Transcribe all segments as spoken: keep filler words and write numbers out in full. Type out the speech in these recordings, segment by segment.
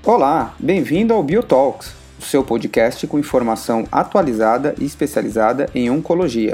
Olá, bem-vindo ao BioTalks, o seu podcast com informação atualizada e especializada em oncologia.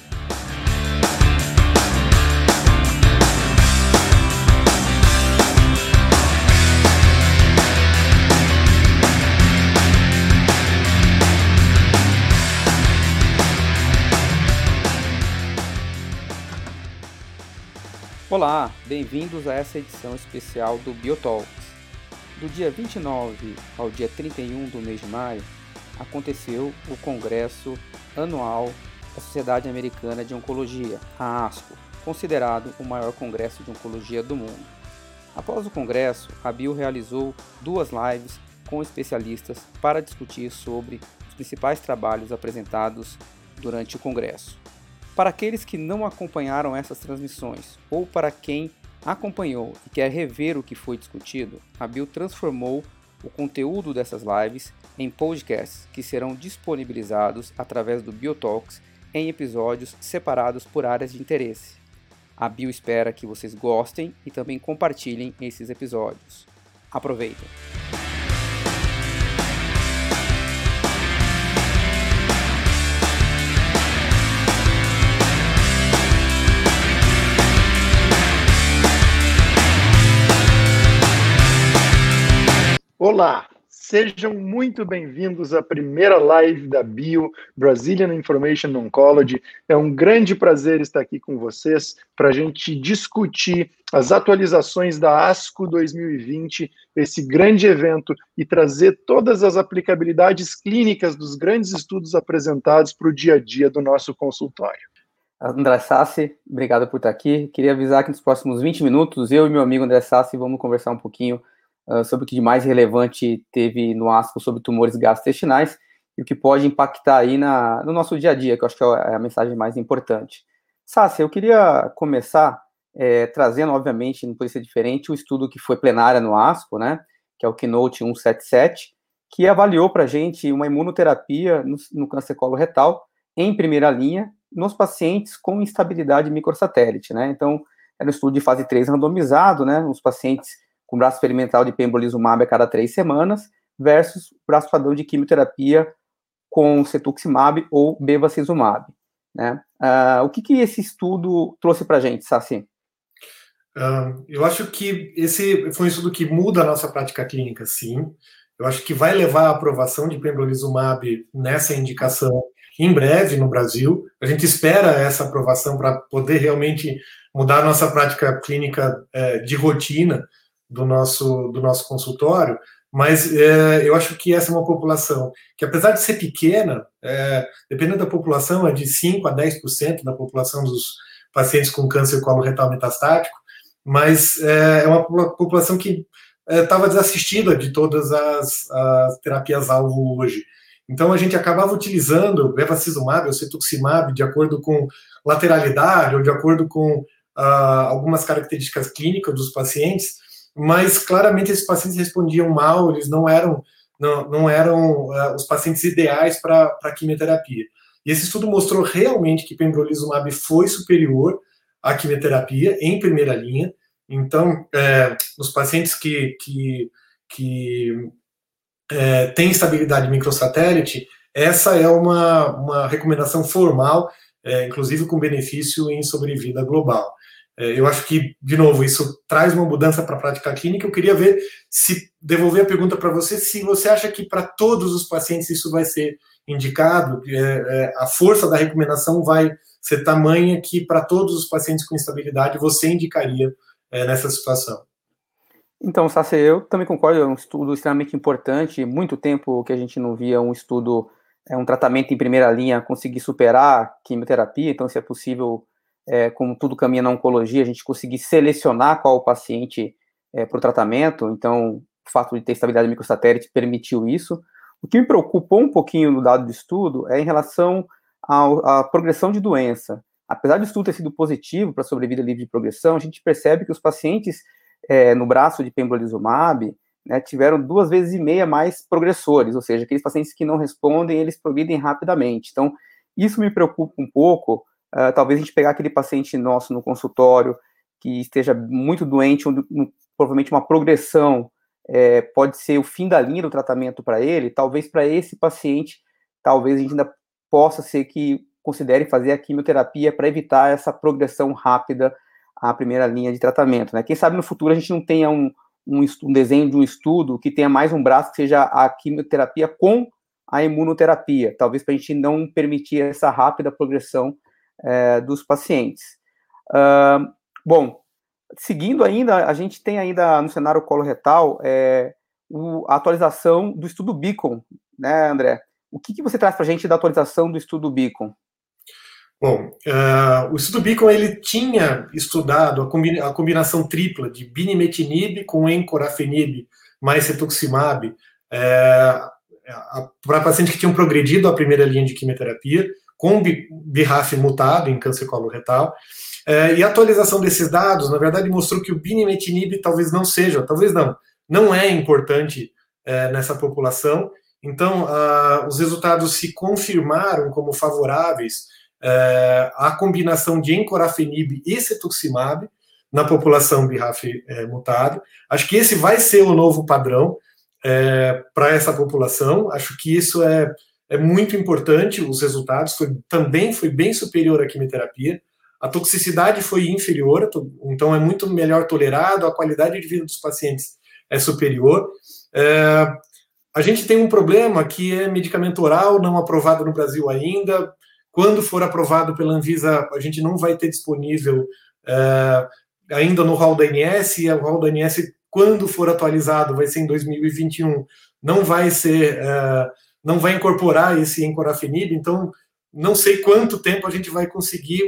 Olá, bem-vindos a essa edição especial do BioTalks. Do dia vinte e nove ao dia trinta e um do mês de maio, aconteceu o Congresso Anual da Sociedade Americana de Oncologia, a ASCO, considerado o maior congresso de oncologia do mundo. Após o congresso, a Bio realizou duas lives com especialistas para discutir sobre os principais trabalhos apresentados durante o congresso. Para aqueles que não acompanharam essas transmissões ou para quem acompanhou e quer rever o que foi discutido, a Bio transformou o conteúdo dessas lives em podcasts que serão disponibilizados através do BioTalks em episódios separados por áreas de interesse. A Bio espera que vocês gostem e também compartilhem esses episódios. Aproveitem! Olá, sejam muito bem-vindos à primeira live da Bio, Brazilian Information Oncology. É um grande prazer estar aqui com vocês para a gente discutir as atualizações da ASCO dois mil e vinte, esse grande evento, e trazer todas as aplicabilidades clínicas dos grandes estudos apresentados para o dia a dia do nosso consultório. André Sassi, obrigado por estar aqui. Queria avisar que nos próximos vinte minutos, eu e meu amigo André Sassi vamos conversar um pouquinho Uh, sobre o que de mais relevante teve no ASCO sobre tumores gastrointestinais e o que pode impactar aí na, no nosso dia a dia, que eu acho que é a mensagem mais importante. Sassi, eu queria começar é, trazendo, obviamente, não poderia ser diferente, o estudo que foi plenária no ASCO, né, que é o Keynote cento e setenta e sete, que avaliou para a gente uma imunoterapia no, no câncer coloretal em primeira linha nos pacientes com instabilidade microsatélite, né, então era um estudo de fase três randomizado, né, nos pacientes com braço experimental de pembrolizumab a cada três semanas, versus braço padrão de quimioterapia com cetuximab ou bevacizumab, né? Uh, o que, que esse estudo trouxe para a gente, Sassi? Uh, eu acho que esse foi um estudo que muda a nossa prática clínica, sim. Eu acho que vai levar à aprovação de pembrolizumab nessa indicação em breve no Brasil. A gente espera essa aprovação para poder realmente mudar a nossa prática clínica eh, de rotina, do nosso, do nosso consultório, mas é, eu acho que essa é uma população que, apesar de ser pequena, é, dependendo da população, é de cinco a dez por cento da população dos pacientes com câncer coloretal metastático, mas é, é uma população que estava é, desassistida de todas as, as terapias-alvo hoje. Então, a gente acabava utilizando bevacizumab ou cetuximab de acordo com lateralidade ou de acordo com ah, algumas características clínicas dos pacientes, mas claramente esses pacientes respondiam mal, eles não eram, não, não eram uh, os pacientes ideais para a quimioterapia. E esse estudo mostrou realmente que pembrolizumab foi superior à quimioterapia em primeira linha. Então, é, os pacientes que, que, que é, têm estabilidade microsatélite, essa é uma, uma recomendação formal, é, inclusive com benefício em sobrevida global. Eu acho que, de novo, isso traz uma mudança para a prática clínica. Eu queria ver, se devolver a pergunta para você, se você acha que para todos os pacientes isso vai ser indicado, é, é, a força da recomendação vai ser tamanha que para todos os pacientes com instabilidade você indicaria é, nessa situação. Então, Sassi, eu também concordo, é um estudo extremamente importante. Muito tempo que a gente não via um estudo, é, um tratamento em primeira linha conseguir superar a quimioterapia, então se é possível... É, como tudo caminha na oncologia, a gente conseguir selecionar qual o paciente é, para o tratamento, então o fato de ter estabilidade microsatélite permitiu isso. O que me preocupou um pouquinho no dado do estudo é em relação ao, à progressão de doença. Apesar do estudo ter sido positivo para a sobrevida livre de progressão, a gente percebe que os pacientes é, no braço de pembrolizumab, né, tiveram duas vezes e meia mais progressores, ou seja, aqueles pacientes que não respondem, eles progridem rapidamente. Então, isso me preocupa um pouco. Uh, talvez a gente pegar aquele paciente nosso no consultório que esteja muito doente, onde, um, provavelmente uma progressão é, pode ser o fim da linha do tratamento para ele, talvez para esse paciente, talvez a gente ainda possa ser que considere fazer a quimioterapia para evitar essa progressão rápida à primeira linha de tratamento, né? Quem sabe no futuro a gente não tenha um, um, um desenho de um estudo que tenha mais um braço que seja a quimioterapia com a imunoterapia, talvez para a gente não permitir essa rápida progressão é, dos pacientes. Uh, bom, seguindo ainda, a gente tem ainda no cenário coloretal é, o, a atualização do estudo Beacon, né, André? O que, que você traz para a gente da atualização do estudo Beacon? Bom, uh, o estudo Beacon ele tinha estudado a, combina a combinação tripla de binimetinib com encorafenib mais cetuximab é, para pacientes que tinham progredido à primeira linha de quimioterapia com B R A F mutado em câncer coloretal. É, e a atualização desses dados, na verdade, mostrou que o binimetinib talvez não seja, talvez não, não é importante é, nessa população. Então, uh, os resultados se confirmaram como favoráveis é, à combinação de encorafenib e cetuximab na população B R A F é, mutado. Acho que esse vai ser o novo padrão é, para essa população. Acho que isso é, é muito importante, os resultados. Foi, também foi bem superior à quimioterapia. A toxicidade foi inferior, então é muito melhor tolerado, a qualidade de vida dos pacientes é superior. É, a gente tem um problema que é medicamento oral, não aprovado no Brasil ainda. Quando for aprovado pela Anvisa, a gente não vai ter disponível é, ainda no rol da A N S, e o rol da A N S, quando for atualizado, vai ser em dois mil e vinte e um, não vai ser, é, não vai incorporar esse encorafenib, então não sei quanto tempo a gente vai conseguir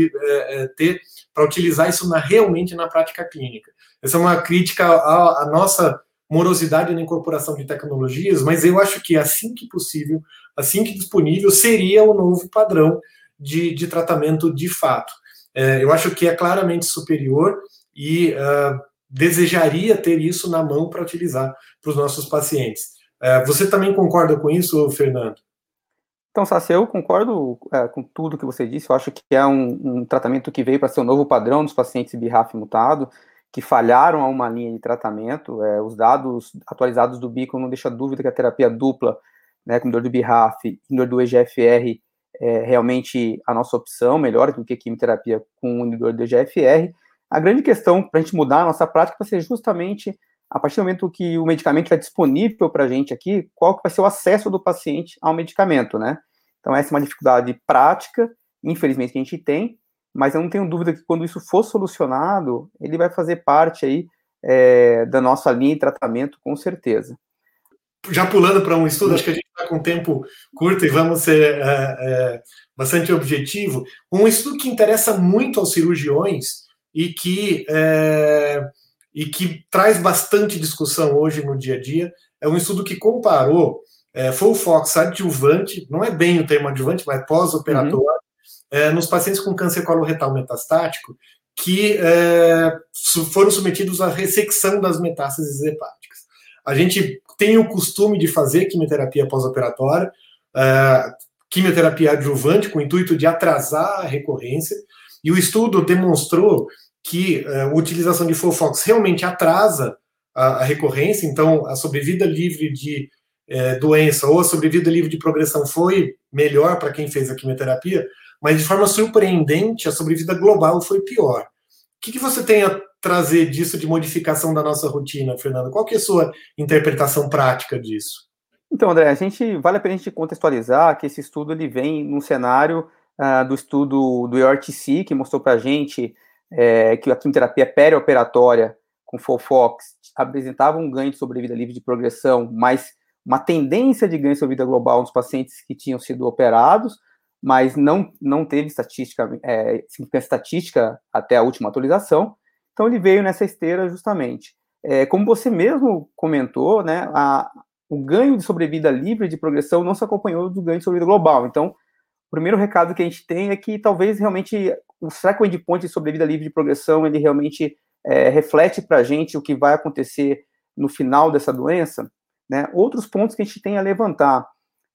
é, é, ter para utilizar isso na, realmente na prática clínica. Essa é uma crítica à, à nossa morosidade na incorporação de tecnologias, mas eu acho que assim que possível, assim que disponível, seria o novo padrão de, de tratamento de fato. É, eu acho que é claramente superior e uh, desejaria ter isso na mão para utilizar para os nossos pacientes. Uh, você também concorda com isso, Fernando? Então, Sassi, eu concordo é, com tudo que você disse. Eu acho que é um, um tratamento que veio para ser o novo padrão dos pacientes B R A F mutado, que falharam a uma linha de tratamento. É, os dados atualizados do Beacon não deixam dúvida que a terapia dupla, né, com inibidor do B R A F e inibidor do E G F R, é realmente a nossa opção, melhor do que a quimioterapia com o inibidor do E G F R. A grande questão para a gente mudar a nossa prática vai ser justamente, a partir do momento que o medicamento é disponível para a gente aqui, qual que vai ser o acesso do paciente ao medicamento, né? Então, essa é uma dificuldade prática, infelizmente, que a gente tem, mas eu não tenho dúvida que quando isso for solucionado, ele vai fazer parte aí é, da nossa linha de tratamento, com certeza. Já pulando para um estudo, acho que a gente está com tempo curto e vamos ser é, é, bastante objetivo. Um estudo que interessa muito aos cirurgiões e que, é, e que traz bastante discussão hoje no dia a dia, é um estudo que comparou é, FOLFOX adjuvante, não é bem o termo adjuvante, mas pós-operatório, uhum. é, nos pacientes com câncer coloretal metastático que é, foram submetidos à ressecção das metástases hepáticas. A gente tem o costume de fazer quimioterapia pós-operatória, é, quimioterapia adjuvante, com o intuito de atrasar a recorrência, e o estudo demonstrou que é, a utilização de FOLFOX realmente atrasa a, a recorrência, então a sobrevida livre de é, doença ou a sobrevida livre de progressão foi melhor para quem fez a quimioterapia, mas de forma surpreendente a sobrevida global foi pior. O que, que você tem a trazer disso de modificação da nossa rotina, Fernando? Qual que é a sua interpretação prática disso? Então, André, a gente, vale a pena a gente contextualizar que esse estudo ele vem num cenário uh, do estudo do E O R T C, que mostrou para a gente é, que a quimioterapia perioperatória com FOLFOX apresentava um ganho de sobrevida livre de progressão, mas uma tendência de ganho de sobrevida global nos pacientes que tinham sido operados, mas não, não teve estatística, é, estatística até a última atualização. Então, ele veio nessa esteira justamente. É, como você mesmo comentou, né, a, o ganho de sobrevida livre de progressão não se acompanhou do ganho de sobrevida global. Então, o primeiro recado que a gente tem é que talvez realmente, será que o endpoint de sobrevida livre de progressão, ele realmente é, reflete para a gente o que vai acontecer no final dessa doença? Né? Outros pontos que a gente tem a levantar.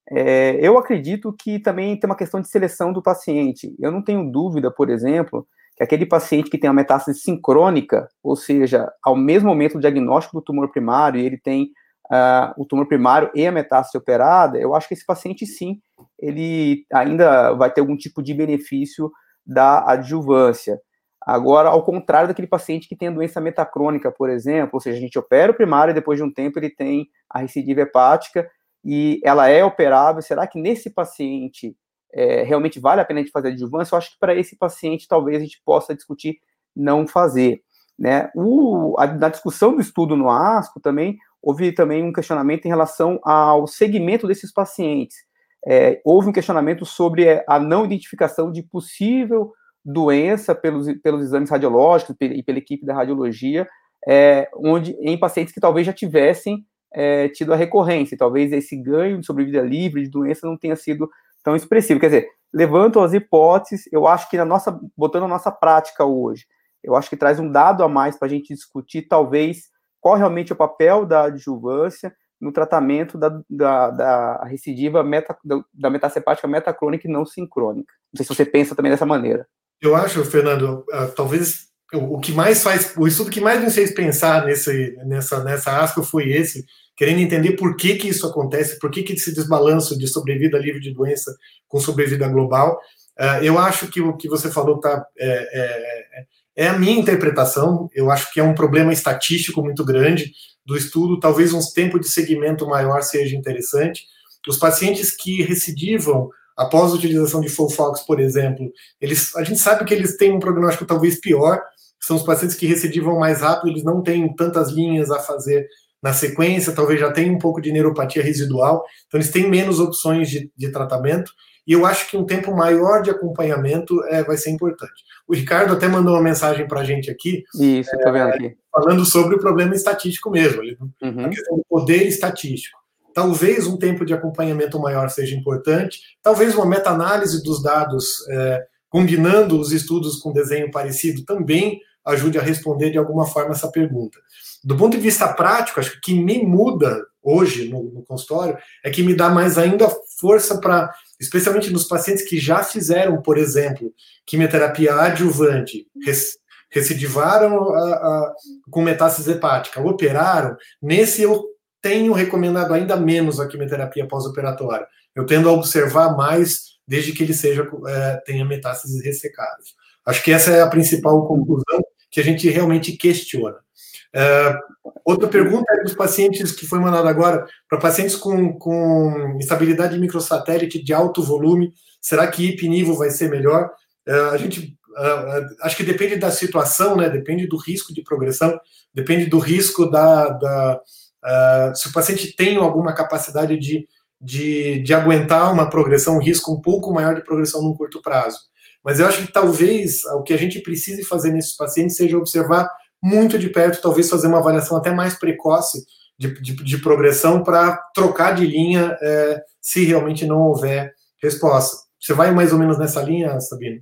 É, eu acredito que também tem uma questão de seleção do paciente. Eu não tenho dúvida, por exemplo, que que aquele paciente que tem uma metástase sincrônica, ou seja, ao mesmo momento do diagnóstico do tumor primário, e ele tem uh, o tumor primário e a metástase operada, eu acho que esse paciente, sim, ele ainda vai ter algum tipo de benefício da adjuvância. Agora, ao contrário daquele paciente que tem a doença metacrônica, por exemplo, ou seja, a gente opera o primário e depois de um tempo ele tem a recidiva hepática e ela é operável. Será que nesse paciente é, realmente vale a pena a gente fazer adjuvância? Eu acho que para esse paciente talvez a gente possa discutir não fazer, né? O, a, na discussão do estudo no ASCO também, houve também um questionamento em relação ao segmento desses pacientes. É, houve um questionamento sobre a não identificação de possível doença pelos, pelos exames radiológicos e pela equipe da radiologia, é, onde, em pacientes que talvez já tivessem é, tido a recorrência, talvez esse ganho de sobrevida livre de doença não tenha sido tão expressivo. Quer dizer, levanto as hipóteses, eu acho que na nossa, botando a nossa prática hoje, eu acho que traz um dado a mais para a gente discutir, talvez, qual realmente é o papel da adjuvância no tratamento da, da, da recidiva meta, da metástase hepática metacrônica e não sincrônica. Não sei se você pensa também dessa maneira. Eu acho, Fernando, uh, talvez o, o que mais faz, o estudo que mais me fez pensar nesse, nessa, nessa ASCO foi esse, querendo entender por que que isso acontece, por que que esse desbalanço de sobrevida livre de doença com sobrevida global. Uh, eu acho que o que você falou tá, é, é, é a minha interpretação. Eu acho que é um problema estatístico muito grande do estudo, talvez um tempo de segmento maior seja interessante. Os pacientes que recidivam após a utilização de Folfox, por exemplo, eles, a gente sabe que eles têm um prognóstico talvez pior, são os pacientes que recidivam mais rápido, eles não têm tantas linhas a fazer na sequência, talvez já tenham um pouco de neuropatia residual, então eles têm menos opções de, de tratamento, e eu acho que um tempo maior de acompanhamento é, vai ser importante. O Ricardo até mandou uma mensagem para a gente aqui, Isso, é, tô vendo aqui, falando sobre o problema estatístico mesmo, uhum. a questão do poder estatístico. Talvez um tempo de acompanhamento maior seja importante, talvez uma meta-análise dos dados, é, combinando os estudos com desenho parecido, também ajude a responder de alguma forma essa pergunta. Do ponto de vista prático, acho que o que me muda hoje no, no consultório é que me dá mais ainda força para, especialmente nos pacientes que já fizeram, por exemplo, quimioterapia adjuvante, res, recidivaram a, a, com metástase hepática, operaram, nesse eu tenho recomendado ainda menos a quimioterapia pós-operatória. Eu tendo a observar mais desde que ele seja, é, tenha metástases ressecadas. Acho que essa é a principal conclusão que a gente realmente questiona. É, outra pergunta é dos pacientes que foi mandada agora, para pacientes com, com instabilidade microsatélite de alto volume, será que ipinivo vai ser melhor? É, a gente Uh, acho que depende da situação, né? Depende do risco de progressão, depende do risco da, da uh, se o paciente tem alguma capacidade de, de, de aguentar uma progressão, um risco um pouco maior de progressão num curto prazo. Mas eu acho que talvez o que a gente precise fazer nesses pacientes seja observar muito de perto, talvez fazer uma avaliação até mais precoce de, de, de progressão para trocar de linha é, se realmente não houver resposta. Você vai mais ou menos nessa linha, Sabino?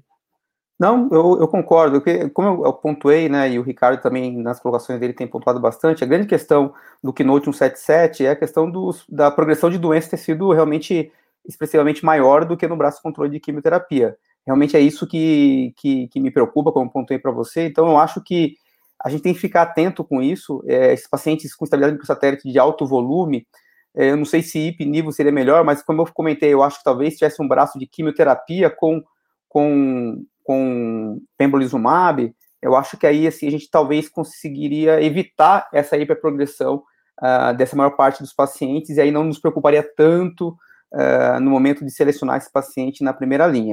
Não, eu, eu concordo, porque como eu, eu pontuei, né, e o Ricardo também nas colocações dele tem pontuado bastante, a grande questão do Keynote cento e setenta e sete é a questão dos, da progressão de doença ter sido realmente expressivamente maior do que no braço controle de quimioterapia. Realmente é isso que, que, que me preocupa, como pontuei para você, então eu acho que a gente tem que ficar atento com isso, é, esses pacientes com estabilidade microsatélite de alto volume, é, eu não sei se ipinivo seria melhor, mas como eu comentei, eu acho que talvez tivesse um braço de quimioterapia com... com com pembrolizumab, eu acho que aí assim, a gente talvez conseguiria evitar essa hiperprogressão uh, dessa maior parte dos pacientes, e aí não nos preocuparia tanto uh, no momento de selecionar esse paciente na primeira linha.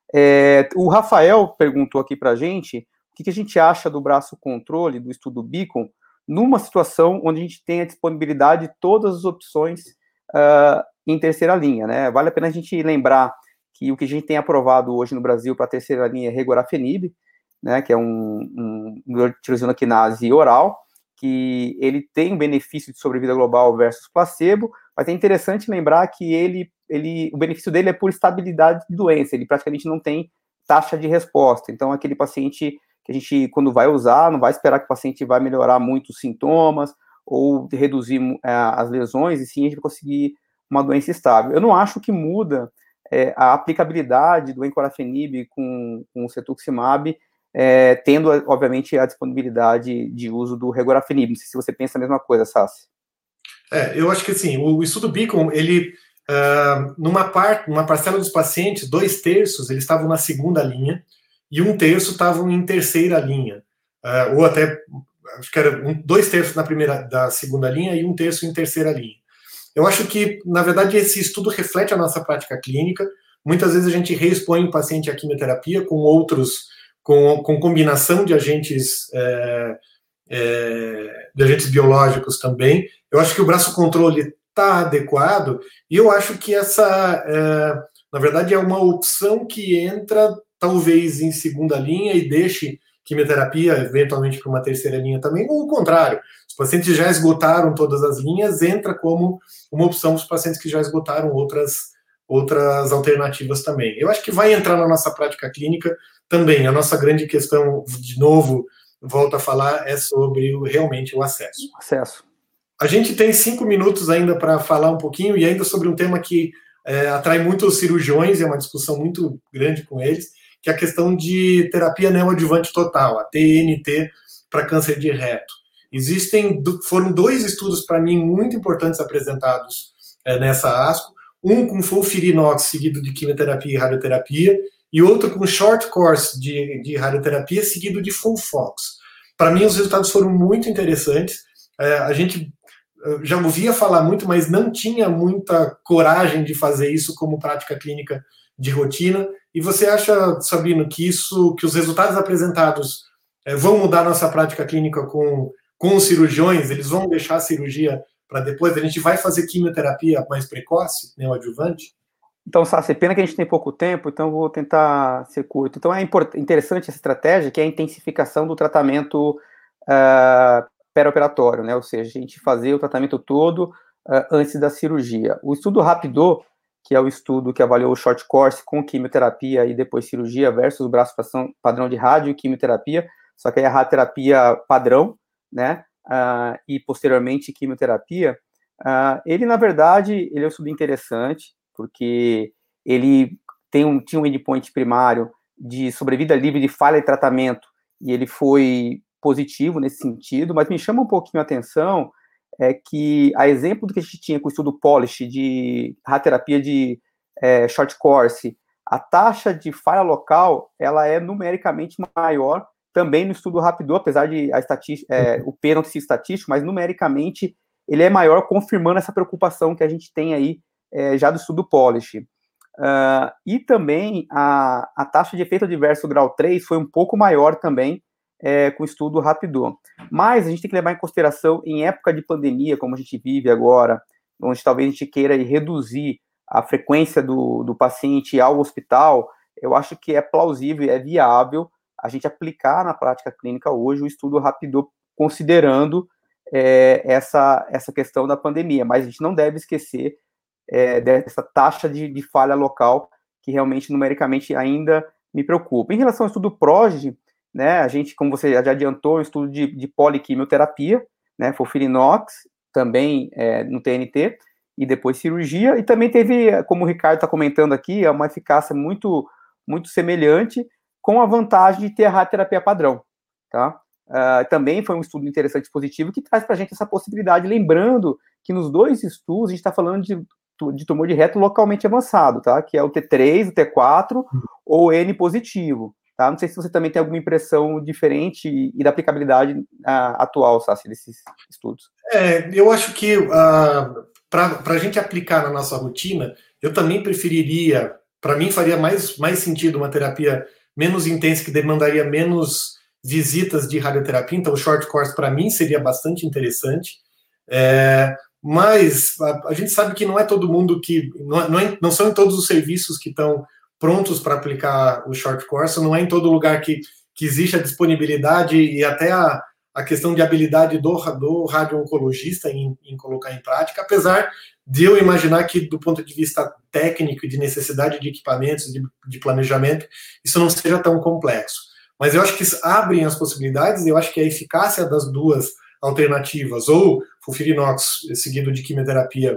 É, o Rafael perguntou aqui para a gente o que, que a gente acha do braço controle do estudo Beacon numa situação onde a gente tem a disponibilidade de todas as opções uh, em terceira linha, né? Vale a pena a gente lembrar que o que a gente tem aprovado hoje no Brasil para a terceira linha é regorafenib, né, que é um, um tirosina quinase oral, que ele tem um benefício de sobrevida global versus placebo, mas é interessante lembrar que ele, ele, o benefício dele é por estabilidade de doença, ele praticamente não tem taxa de resposta, então aquele paciente que a gente, quando vai usar, não vai esperar que o paciente vai melhorar muito os sintomas, ou reduzir é, as lesões, e sim a gente vai conseguir uma doença estável. Eu não acho que muda É, a aplicabilidade do encorafenib com, com o cetuximab é, tendo, obviamente, a disponibilidade de uso do regorafenib. Não sei se você pensa a mesma coisa, Sassi. É, eu acho que assim, o estudo Beacon, ele, uh, numa parte, numa parcela dos pacientes, dois terços, eles estavam na segunda linha, e um terço estavam em terceira linha, uh, ou até, acho que era um, dois terços na primeira, da segunda linha e um terço em terceira linha. Eu acho que, na verdade, esse estudo reflete a nossa prática clínica. Muitas vezes a gente reexpõe o paciente à quimioterapia com outros, com, com combinação de agentes, é, é, de agentes biológicos também. Eu acho que o braço controle está adequado, e eu acho que essa, é, na verdade, é uma opção que entra, talvez, em segunda linha e deixe quimioterapia, eventualmente, para uma terceira linha também, ou o contrário. Os pacientes já esgotaram todas as linhas, entra como uma opção para os pacientes que já esgotaram outras, outras alternativas também. Eu acho que vai entrar na nossa prática clínica também. A nossa grande questão, de novo, volto a falar, é sobre o, realmente o acesso. Acesso. A gente tem cinco minutos ainda para falar um pouquinho, e ainda sobre um tema que é, atrai muito os cirurgiões, é uma discussão muito grande com eles, que é a questão de terapia neoadjuvante total, a T N T, para câncer de reto. Existem, foram dois estudos, para mim, muito importantes apresentados é, nessa ASCO, um com FOLFIRINOX seguido de quimioterapia e radioterapia, e outro com short course de, de radioterapia seguido de FOLFOX. Para mim, os resultados foram muito interessantes. É, a gente já ouvia falar muito, mas não tinha muita coragem de fazer isso como prática clínica de rotina. E você acha, Sabino, que isso, que os resultados apresentados é, vão mudar nossa prática clínica com, com os cirurgiões? Eles vão deixar a cirurgia para depois? A gente vai fazer quimioterapia mais precoce, neoadjuvante? Então, Sassi, pena que a gente tem pouco tempo, então eu vou tentar ser curto. Então, é interessante essa estratégia, que é a intensificação do tratamento uh, pré-operatório, né? Ou seja, a gente fazer o tratamento todo uh, antes da cirurgia. O estudo Rapido, que é o estudo que avaliou o short course com quimioterapia e depois cirurgia versus o braço padrão de rádio e quimioterapia, só que aí a radioterapia padrão, né? Uh, e posteriormente quimioterapia, uh, ele, na verdade, ele é um estudo interessante, porque ele tem um, tinha um endpoint primário de sobrevida livre de falha de tratamento, e ele foi positivo nesse sentido, mas me chama um pouquinho a atenção é que, a exemplo do que a gente tinha com o estudo Polish de radioterapia de é, short course, a taxa de falha local, ela é numericamente maior, também no estudo Rapido, apesar de a estatística, é, o P não ser estatístico, mas numericamente ele é maior, confirmando essa preocupação que a gente tem aí É, já do estudo Polish. Uh, e também a, a taxa de efeito adverso grau três foi um pouco maior também é, com o estudo Rapido. Mas a gente tem que levar em consideração, em época de pandemia, como a gente vive agora, onde talvez a gente queira reduzir a frequência do, do paciente ao hospital, eu acho que é plausível, é viável a gente aplicar na prática clínica hoje o estudo Rapido, considerando é, essa, essa questão da pandemia. Mas a gente não deve esquecer É, dessa taxa de, de falha local, que realmente, numericamente, ainda me preocupa. Em relação ao estudo PROGE, né, a gente, como você já adiantou, um estudo de, de poliquimioterapia, né, FOLFIRINOX, também é, no T N T, e depois cirurgia, e também teve, como o Ricardo está comentando aqui, uma eficácia muito, muito semelhante, com a vantagem de ter a radioterapia padrão, tá? Uh, também foi um estudo interessante e positivo, que traz para a gente essa possibilidade, lembrando que nos dois estudos, a gente está falando de de tumor de reto localmente avançado, tá? Que é o T três, o T quatro ou N positivo, tá? Não sei se você também tem alguma impressão diferente e da aplicabilidade uh, atual, Sassi, desses estudos. É, eu acho que uh, para a gente aplicar na nossa rotina, eu também preferiria, para mim faria mais, mais sentido uma terapia menos intensa, que demandaria menos visitas de radioterapia, então o short course para mim seria bastante interessante. É, mas a, a gente sabe que não é todo mundo que, não, não, é, não são em todos os serviços que estão prontos para aplicar o short course, não é em todo lugar que, que existe a disponibilidade e até a, a questão de habilidade do, do radio-oncologista em, em colocar em prática, apesar de eu imaginar que, do ponto de vista técnico e de necessidade de equipamentos, de, de planejamento, isso não seja tão complexo. Mas eu acho que abrem as possibilidades, e eu acho que a eficácia das duas alternativas, ou FOLFIRINOX seguido de quimioterapia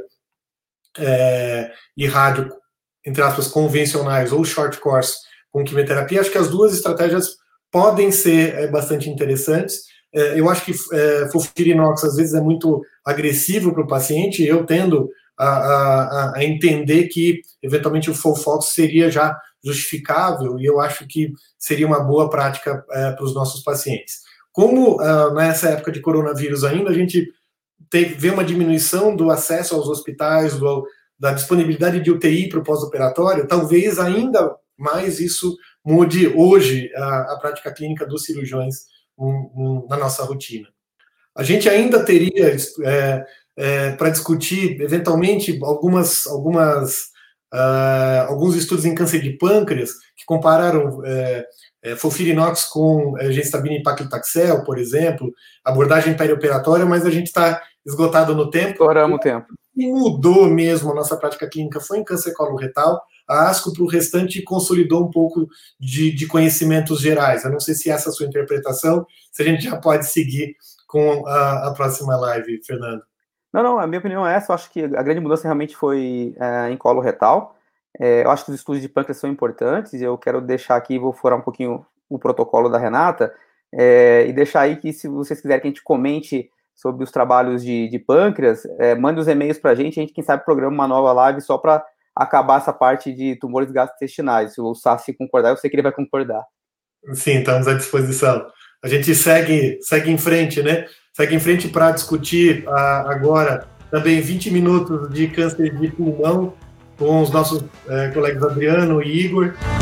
é, e rádio, entre aspas, convencionais, ou short course com quimioterapia, acho que as duas estratégias podem ser é, bastante interessantes. É, eu acho que é, FOLFIRINOX às vezes é muito agressivo para o paciente, eu tendo a, a, a entender que, eventualmente, o FOLFOX seria já justificável, e eu acho que seria uma boa prática é, para os nossos pacientes. Como uh, nessa época de coronavírus ainda, a gente tem, vê uma diminuição do acesso aos hospitais, do, da disponibilidade de U T I para o pós-operatório, talvez ainda mais isso mude hoje a, a prática clínica dos cirurgiões um, um, na nossa rotina. A gente ainda teria, é, é, para discutir, eventualmente, algumas, algumas, uh, alguns estudos em câncer de pâncreas que compararam é, é, FOLFIRINOX com é, gemcitabina e paclitaxel, por exemplo, abordagem perioperatória, mas a gente está esgotado no tempo. Estouramos o tempo. E mudou mesmo a nossa prática clínica foi em câncer coloretal. A ASCO, para o restante, consolidou um pouco de, de conhecimentos gerais. Eu não sei se essa é a sua interpretação, se a gente já pode seguir com a, a próxima live, Fernando. Não, não, a minha opinião é essa. Eu acho que a grande mudança realmente foi é, em colo retal. É, eu acho que os estudos de pâncreas são importantes. Eu quero deixar aqui, vou furar um pouquinho o protocolo da Renata, é, e deixar aí que, se vocês quiserem que a gente comente sobre os trabalhos de, de pâncreas, é, mande os e-mails para a gente, a gente, quem sabe, programa uma nova live só para acabar essa parte de tumores gastrointestinais. Se o Sassi concordar, eu sei que ele vai concordar. Sim, estamos à disposição. A gente segue, segue em frente, né? Segue em frente para discutir ah, agora também vinte minutos de câncer de pulmão com os nossos eh, colegas Adriano e Igor.